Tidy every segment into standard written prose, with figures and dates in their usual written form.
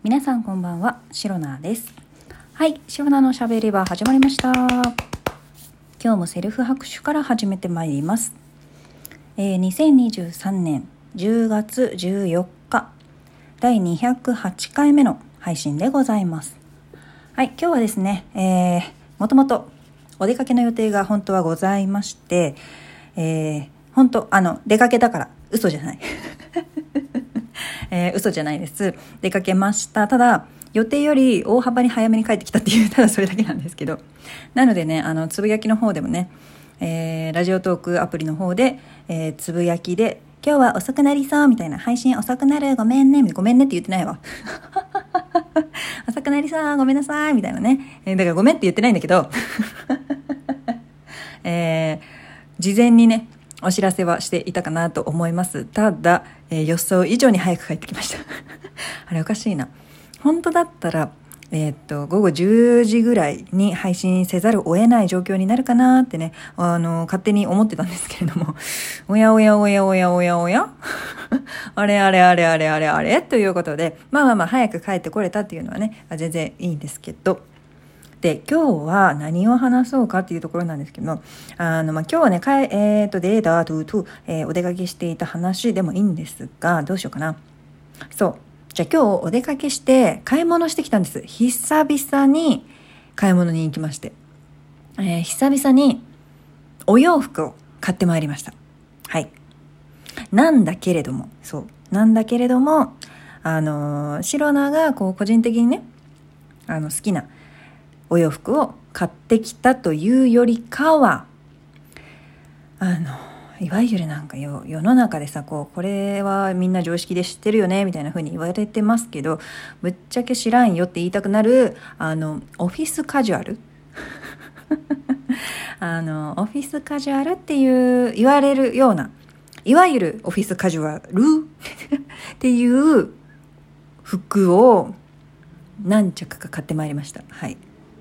皆さんこんばんは、シロナです。はい、シロナのしゃべり場始まりました。今日もセルフ拍手から始めてまいります。2023年10月14日第208回目の配信でございます。はい、今日はですね、もともとお出かけの予定が本当はございまして、本当出かけだから嘘じゃない嘘じゃないです。出かけました。ただ予定より大幅に早めに帰ってきたっていう、ただそれだけなんですけど、なのでね、つぶやきの方でもね、ラジオトークアプリの方で、つぶやきで今日は遅くなりそうみたいな、配信遅くなる、ごめんね、ごめんねって言ってないわ遅くなりそう、ごめんなさいみたいなね、だからごめんって言ってないんだけど事前にねお知らせはしていたかなと思います。ただ、予想以上に早く帰ってきましたあれおかしいな。本当だったら、午後10時ぐらいに配信せざるを得ない状況になるかなってね、勝手に思ってたんですけれども、おやおやおやおやおやおやあれあれあれあれあれあれということで、まあ早く帰ってこれたっていうのはね、全然いいんですけど、で今日は何を話そうかっていうところなんですけど、今日はねデータトゥトゥ、お出かけしていた話でもいいんですが、どうしようかな。そうじゃあ今日お出かけして買い物してきたんです。久々に買い物に行きまして、久々にお洋服を買ってまいりました。はい。なんだけれどもシロナが個人的にね好きなお洋服を買ってきたというよりかは、いわゆるなんか世の中でさ、これはみんな常識で知ってるよねみたいな風に言われてますけど、ぶっちゃけ知らんよって言いたくなるオフィスカジュアルオフィスカジュアルっていう言われるような、いわゆるオフィスカジュアルっていう服を何着か買ってまいりました。はい。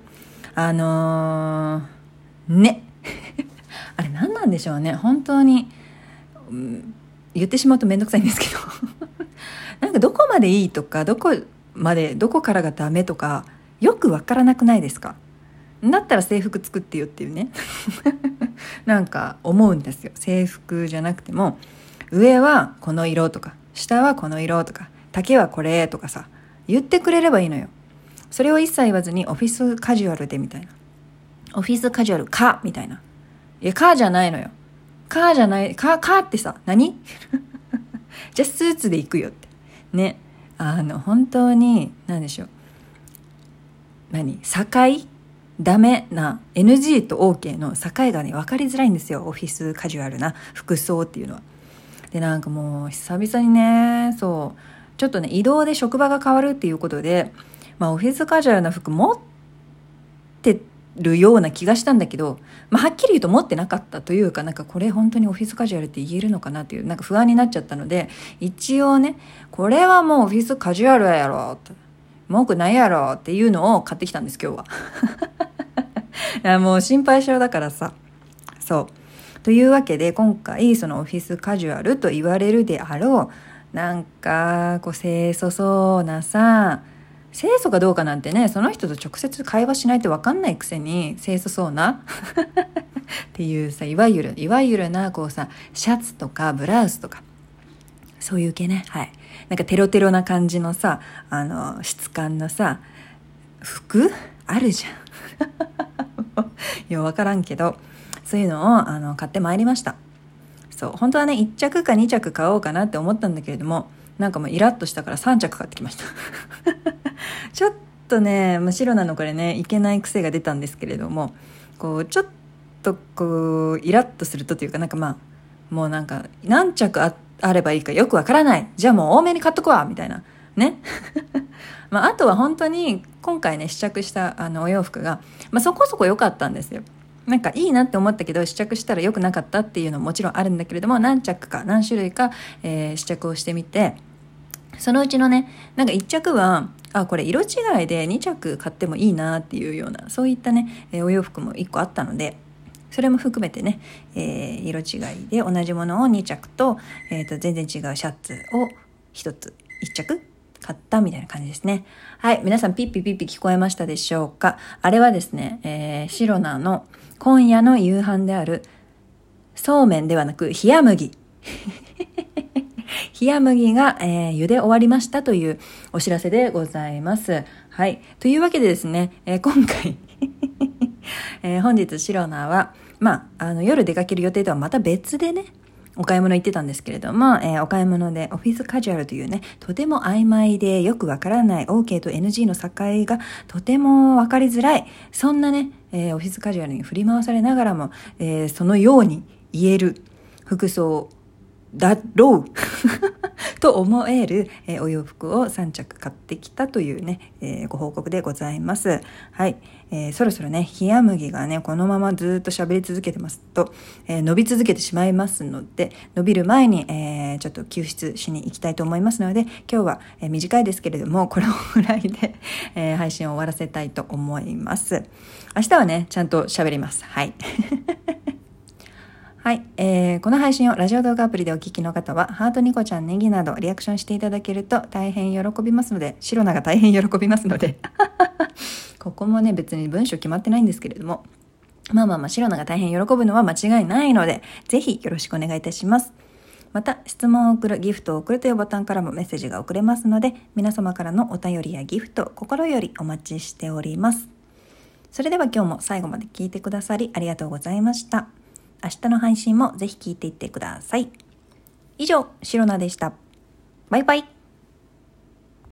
ねあれ何なんでしょうね、本当に、言ってしまうとめんどくさいんですけどなんかどこまでいいとか、どこからがダメとかよくわからなくないですか。だったら制服作ってよっていうねなんか思うんですよ。制服じゃなくても、上はこの色とか下はこの色とか丈はこれとかさ、言ってくれればいいのよ。それを一切言わずにオフィスカジュアルでみたいな、オフィスカジュアルかみたいな、いやかじゃないのよ。かじゃない、かってさ何じゃあスーツで行くよってね。本当に何でしょう、境ダメな NG と OK の境がね分かりづらいんですよ、オフィスカジュアルな服装っていうのは。でなんかもう久々にね、そうちょっとね移動で職場が変わるっていうことで、オフィスカジュアルな服持ってるような気がしたんだけど、はっきり言うと持ってなかったというか、なんかこれ本当にオフィスカジュアルって言えるのかなっていう、なんか不安になっちゃったので、一応ねこれはもうオフィスカジュアルやろって文句ないやろっていうのを買ってきたんです今日はいやもう心配性だからさ。そうというわけで、今回そのオフィスカジュアルと言われるであろう、なんか清楚そうなさ、清楚かどうかなんてね、その人と直接会話しないと分かんないくせに清楚そうなっていうさ、いわゆるなシャツとかブラウスとかそういう系ね。はい。なんかテロテロな感じのさ、質感のさ服あるじゃんいや分からんけど、そういうのを買ってまいりました。そう本当はね1着か2着買おうかなって思ったんだけれども、なんかもうイラッとしたから3着買ってきましたちょっとね白なのこれねいけない癖が出たんですけれども、ちょっとイラッとするとというか、なんかもうなんか何着あればいいかよくわからない、じゃあもう多めに買っとくわみたいなねあとは本当に今回ね試着したお洋服が、そこそこ良かったんですよ。なんかいいなって思ったけど試着したら良くなかったっていうのももちろんあるんだけれども、何着か何種類か、試着をしてみて、そのうちのねなんか1着はこれ色違いで2着買ってもいいなっていうような、そういったね、お洋服も1個あったので、それも含めてね、色違いで同じものを2着と、全然違うシャツを1着買ったみたいな感じですね。はい。皆さんピッピピッピ聞こえましたでしょうか？あれはですね、シロナの今夜の夕飯であるそうめんではなく冷麦。冷麦が、茹で終わりましたというお知らせでございます。はい。というわけでですね、今回、本日シロナは、夜出かける予定とはまた別でね、お買い物行ってたんですけれども、お買い物でオフィスカジュアルというね、とても曖昧でよくわからない OK と NG の境がとてもわかりづらい、そんなね、オフィスカジュアルに振り回されながらも、そのように言える服装だろうと思える、お洋服を3着買ってきたというね、ご報告でございます。はい、そろそろね冷麦がねこのままずっと喋り続けてますと、伸び続けてしまいますので、伸びる前に、ちょっと救出しに行きたいと思いますので、今日は、短いですけれどもこれぐらいで、配信を終わらせたいと思います。明日はねちゃんと喋ります。はいはい、この配信をラジオ動画アプリでお聞きの方はハート、ニコちゃん、ネギなどリアクションしていただけると大変喜びますので、シロナが大変喜びますのでここもね別に文章決まってないんですけれども、シロナが大変喜ぶのは間違いないので、ぜひよろしくお願いいたします。また質問を送る、ギフトを送るというボタンからもメッセージが送れますので、皆様からのお便りやギフト心よりお待ちしております。それでは今日も最後まで聞いてくださりありがとうございました。明日の配信もぜひ聞いていってください。以上、シロナでした。バイバイ。